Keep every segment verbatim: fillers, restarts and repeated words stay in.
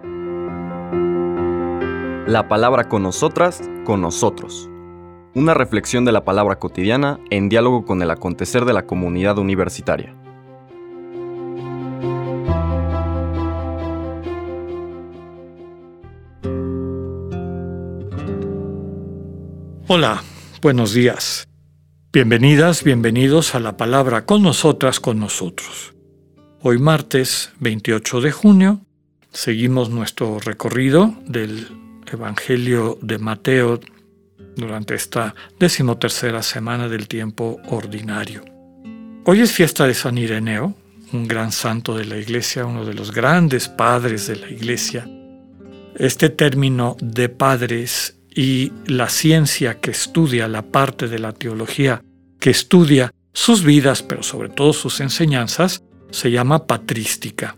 La palabra con nosotras, con nosotros. Una reflexión de la palabra cotidiana en diálogo con el acontecer de la comunidad universitaria. Hola, buenos días. Bienvenidas, bienvenidos a la palabra con nosotras, con nosotros. Hoy martes veintiocho de junio seguimos nuestro recorrido del Evangelio de Mateo durante esta decimotercera semana del tiempo ordinario. Hoy es fiesta de San Ireneo, un gran santo de la Iglesia, uno de los grandes padres de la Iglesia. Este término de padres y la ciencia que estudia, la parte de la teología que estudia sus vidas, pero sobre todo sus enseñanzas, se llama patrística.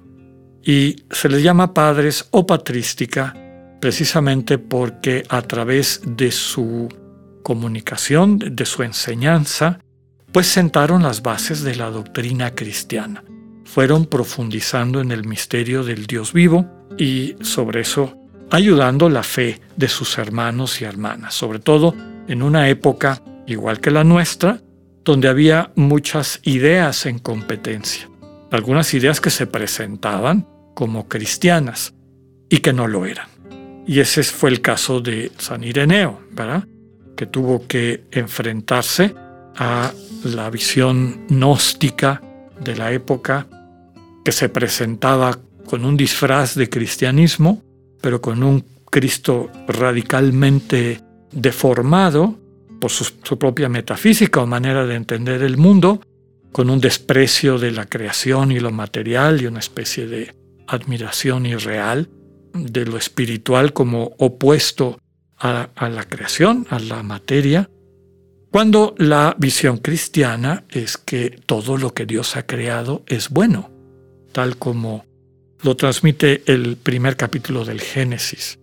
Y se les llama padres o patrística precisamente porque a través de su comunicación, de su enseñanza, pues sentaron las bases de la doctrina cristiana. Fueron profundizando en el misterio del Dios vivo y sobre eso ayudando la fe de sus hermanos y hermanas, sobre todo en una época igual que la nuestra, donde había muchas ideas en competencia, algunas ideas que se presentaban como cristianas y que no lo eran. Y ese fue el caso de San Ireneo, ¿verdad? Que tuvo que enfrentarse a la visión gnóstica de la época, que se presentaba con un disfraz de cristianismo, pero con un Cristo radicalmente deformado por su, su propia metafísica o manera de entender el mundo, con un desprecio de la creación y lo material y una especie de admiración irreal de lo espiritual como opuesto a, a la creación, a la materia, cuando la visión cristiana es que todo lo que Dios ha creado es bueno, tal como lo transmite el primer capítulo del Génesis.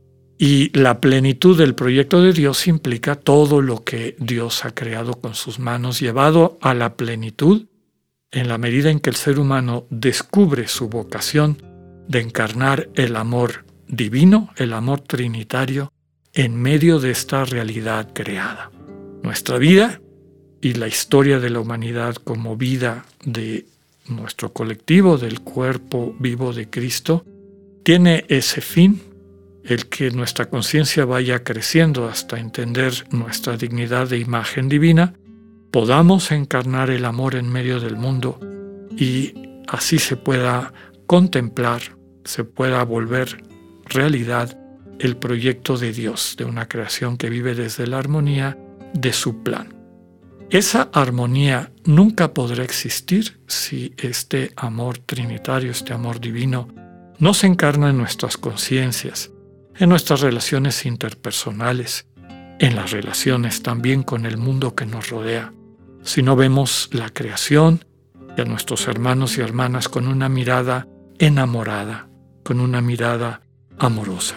Y la plenitud del proyecto de Dios implica todo lo que Dios ha creado con sus manos, llevado a la plenitud en la medida en que el ser humano descubre su vocación de encarnar el amor divino, el amor trinitario, en medio de esta realidad creada. Nuestra vida y la historia de la humanidad como vida de nuestro colectivo, del cuerpo vivo de Cristo, tiene ese fin, el que nuestra conciencia vaya creciendo hasta entender nuestra dignidad de imagen divina, podamos encarnar el amor en medio del mundo y así se pueda contemplar, se pueda volver realidad el proyecto de Dios, de una creación que vive desde la armonía de su plan. Esa armonía nunca podrá existir si este amor trinitario, este amor divino, no se encarna en nuestras conciencias, en nuestras relaciones interpersonales, en las relaciones también con el mundo que nos rodea. Si no vemos la creación y a nuestros hermanos y hermanas con una mirada enamorada, con una mirada amorosa.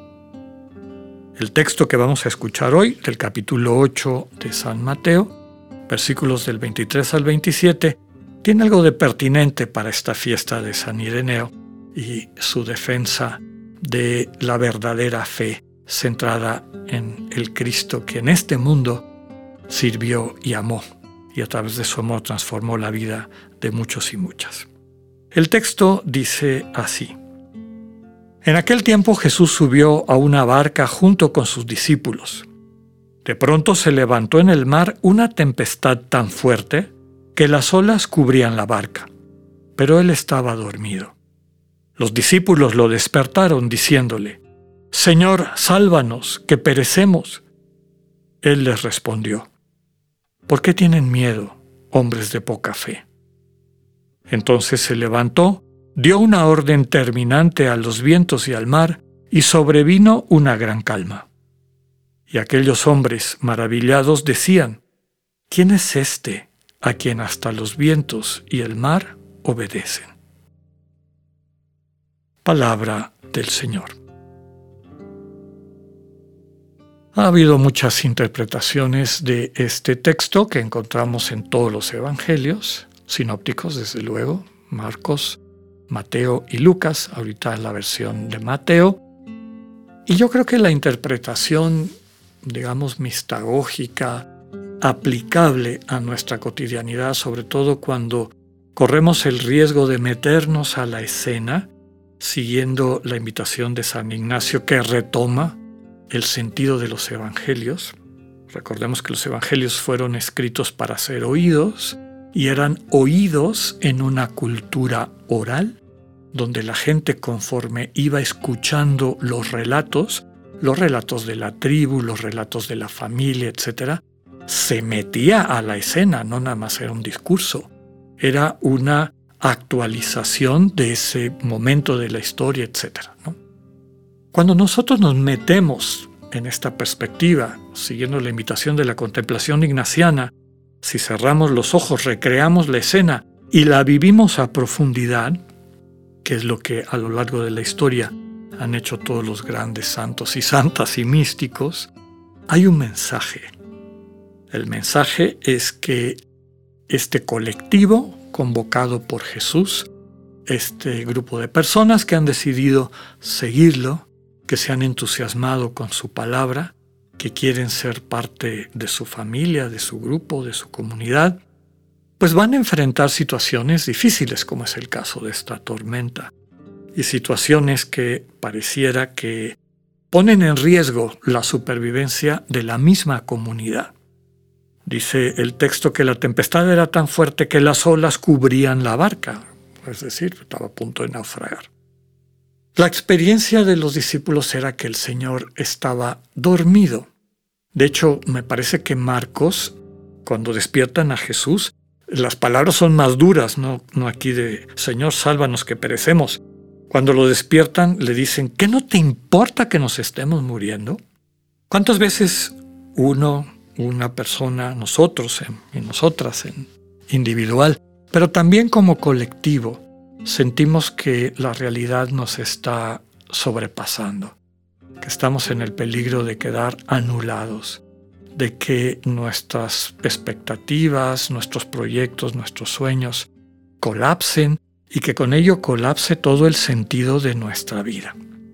El texto que vamos a escuchar hoy, del capítulo ocho de San Mateo, versículos del veintitrés al veintisiete, tiene algo de pertinente para esta fiesta de San Ireneo y su defensa de la verdadera fe centrada en el Cristo que en este mundo sirvió y amó, y a través de su amor transformó la vida de muchos y muchas. El texto dice así: En aquel tiempo Jesús subió a una barca junto con sus discípulos. De pronto se levantó en el mar una tempestad tan fuerte que las olas cubrían la barca, pero él estaba dormido. Los discípulos lo despertaron diciéndole: «Señor, sálvanos, que perecemos». Él les respondió: «¿Por qué tienen miedo, hombres de poca fe?». Entonces se levantó, dio una orden terminante a los vientos y al mar, y sobrevino una gran calma. Y aquellos hombres maravillados decían: «¿Quién es este a quien hasta los vientos y el mar obedecen?». Palabra del Señor. Ha habido muchas interpretaciones de este texto que encontramos en todos los evangelios, sinópticos desde luego, Marcos, Mateo y Lucas, ahorita la versión de Mateo. Y yo creo que la interpretación, digamos, mistagógica, aplicable a nuestra cotidianidad, sobre todo cuando corremos el riesgo de meternos a la escena, siguiendo la invitación de San Ignacio, que retoma el sentido de los evangelios. Recordemos que los evangelios fueron escritos para ser oídos y eran oídos en una cultura oral, donde la gente, conforme iba escuchando los relatos, los relatos de la tribu, los relatos de la familia, etcétera, se metía a la escena, no nada más era un discurso, era una actualización de ese momento de la historia, etcétera, ¿no? Cuando nosotros nos metemos en esta perspectiva, siguiendo la invitación de la contemplación ignaciana, si cerramos los ojos, recreamos la escena y la vivimos a profundidad, que es lo que a lo largo de la historia han hecho todos los grandes santos y santas y místicos, hay un mensaje. El mensaje es que este colectivo convocado por Jesús, este grupo de personas que han decidido seguirlo, que se han entusiasmado con su palabra, que quieren ser parte de su familia, de su grupo, de su comunidad, pues van a enfrentar situaciones difíciles, como es el caso de esta tormenta, y situaciones que pareciera que ponen en riesgo la supervivencia de la misma comunidad. Dice el texto que la tempestad era tan fuerte que las olas cubrían la barca, es decir, estaba a punto de naufragar. La experiencia de los discípulos era que el Señor estaba dormido. De hecho, me parece que Marcos, cuando despiertan a Jesús, las palabras son más duras, no, no aquí de Señor, sálvanos que perecemos. Cuando lo despiertan, le dicen, ¿qué no te importa que nos estemos muriendo? ¿Cuántas veces uno, una persona, nosotros y nosotras en individual, pero también como colectivo, sentimos que la realidad nos está sobrepasando, que estamos en el peligro de quedar anulados, de que nuestras expectativas, nuestros proyectos, nuestros sueños colapsen y que con ello colapse todo el sentido de nuestra vida?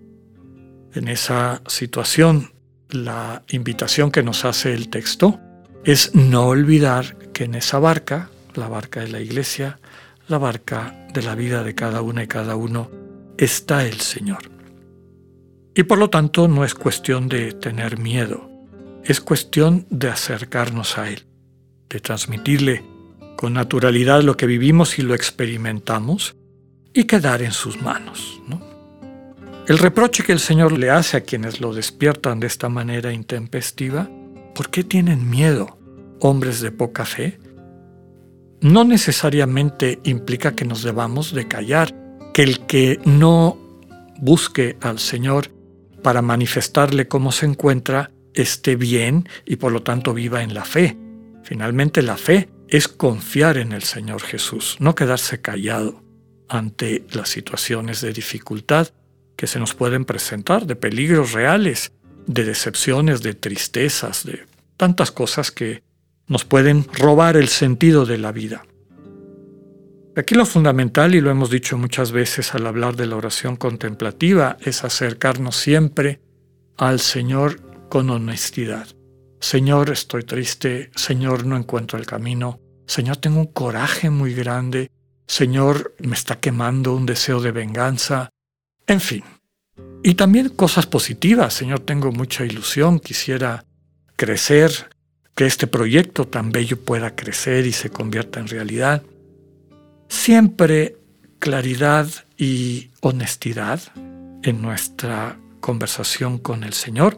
En esa situación, la invitación que nos hace el texto es no olvidar que en esa barca, la barca de la Iglesia, la barca de la vida de cada una y cada uno, está el Señor. Y por lo tanto no es cuestión de tener miedo, es cuestión de acercarnos a Él, de transmitirle con naturalidad lo que vivimos y lo experimentamos y quedar en sus manos, ¿no? El reproche que el Señor le hace a quienes lo despiertan de esta manera intempestiva, ¿por qué tienen miedo, hombres de poca fe? No necesariamente implica que nos debamos de callar, que el que no busque al Señor para manifestarle cómo se encuentra esté bien y por lo tanto viva en la fe. Finalmente la fe es confiar en el Señor Jesús, no quedarse callado ante las situaciones de dificultad que se nos pueden presentar, de peligros reales, de decepciones, de tristezas, de tantas cosas que nos pueden robar el sentido de la vida. Aquí lo fundamental, y lo hemos dicho muchas veces al hablar de la oración contemplativa, es acercarnos siempre al Señor con honestidad. Señor, estoy triste. Señor, no encuentro el camino. Señor, tengo un coraje muy grande. Señor, me está quemando un deseo de venganza. En fin. Y también cosas positivas. Señor, tengo mucha ilusión. Quisiera crecer, que este proyecto tan bello pueda crecer y se convierta en realidad. Siempre claridad y honestidad en nuestra conversación con el Señor,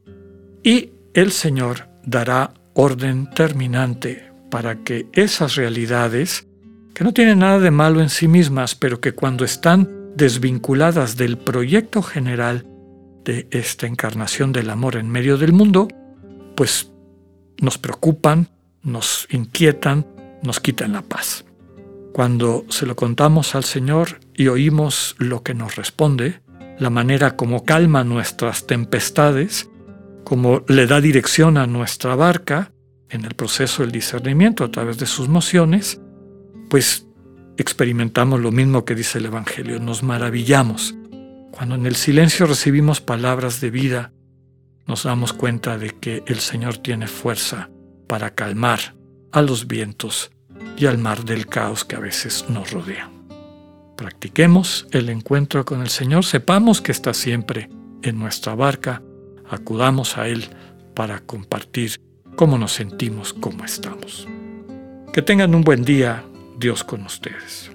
y el Señor dará orden terminante para que esas realidades, que no tienen nada de malo en sí mismas, pero que cuando están desvinculadas del proyecto general de esta encarnación del amor en medio del mundo, pues nos preocupan, nos inquietan, nos quitan la paz. Cuando se lo contamos al Señor y oímos lo que nos responde, la manera como calma nuestras tempestades, como le da dirección a nuestra barca en el proceso del discernimiento a través de sus mociones, pues experimentamos lo mismo que dice el Evangelio, nos maravillamos. Cuando en el silencio recibimos palabras de vida, nos damos cuenta de que el Señor tiene fuerza para calmar a los vientos y al mar del caos que a veces nos rodea. Practiquemos el encuentro con el Señor, sepamos que está siempre en nuestra barca, acudamos a Él para compartir cómo nos sentimos, cómo estamos. Que tengan un buen día, Dios con ustedes.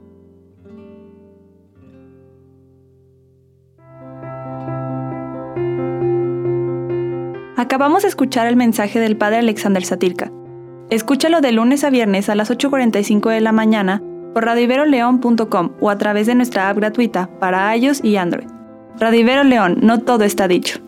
Acabamos de escuchar el mensaje del Padre Alexander Satirka. Escúchalo de lunes a viernes a las ocho cuarenta y cinco de la mañana por radio ibero león punto com o a través de nuestra app gratuita para iOS y Android. Radio Ibero León, no todo está dicho.